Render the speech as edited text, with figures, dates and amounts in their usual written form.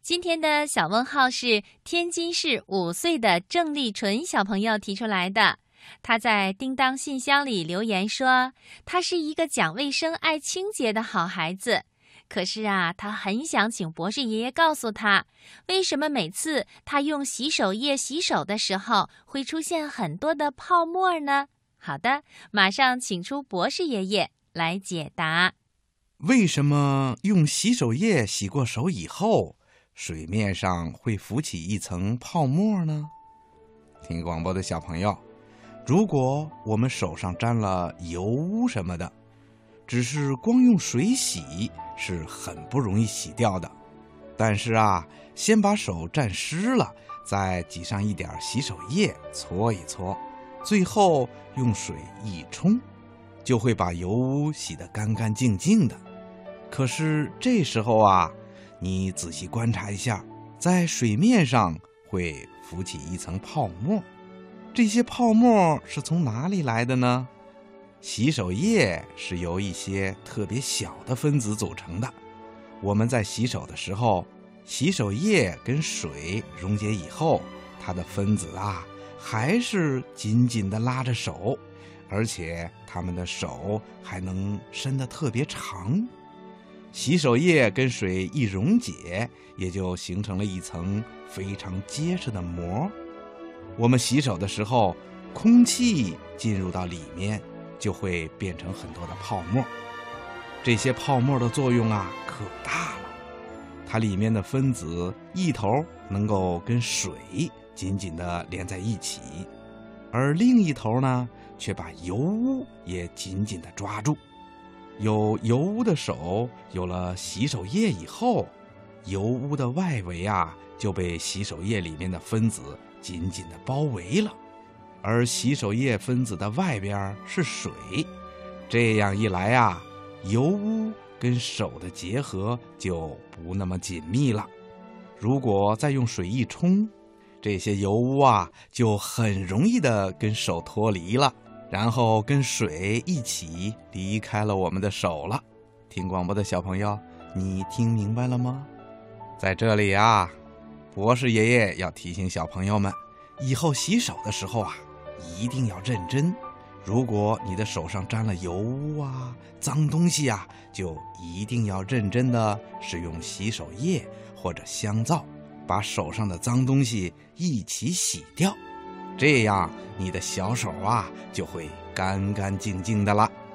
今天的小问号是天津市5岁的郑丽纯小朋友提出来的。他在叮当信箱里留言说，他是一个讲卫生、爱清洁的好孩子。可是啊，他很想请博士爷爷告诉他，为什么每次他用洗手液洗手的时候会出现很多的泡沫呢？好的，马上请出博士爷爷来解答。 为什么用洗手液洗过手以后，水面上会浮起一层泡沫呢？听广播的小朋友，如果我们手上沾了油污什么的，只是光用水洗是很不容易洗掉的。但是啊，先把手沾湿了，再挤上一点洗手液搓一搓，最后用水一冲，就会把油污洗得干干净净的。可是这时候啊，你仔细观察一下，在水面上会浮起一层泡沫。这些泡沫是从哪里来的呢？洗手液是由一些特别小的分子组成的。我们在洗手的时候，洗手液跟水溶解以后，它的分子啊还是紧紧地拉着手，而且它们的手还能伸得特别长。洗手液跟水一溶解，也就形成了一层非常结实的膜。我们洗手的时候，空气进入到里面，就会变成很多的泡沫。这些泡沫的作用啊可大了，它里面的分子一头能够跟水紧紧地连在一起，而另一头呢却把油污也紧紧地抓住。有油污的手有了洗手液以后，油污的外围啊就被洗手液里面的分子紧紧地包围了，而洗手液分子的外边是水。这样一来啊，油污跟手的结合就不那么紧密了。如果再用水一冲，这些油污啊就很容易地跟手脱离了，然后跟水一起离开了我们的手了。听广播的小朋友，你听明白了吗？在这里啊，博士爷爷要提醒小朋友们，以后洗手的时候啊，一定要认真。如果你的手上沾了油污啊、脏东西啊，就一定要认真的使用洗手液或者香皂，把手上的脏东西一起洗掉。这样你的小手啊就会干干净净的了。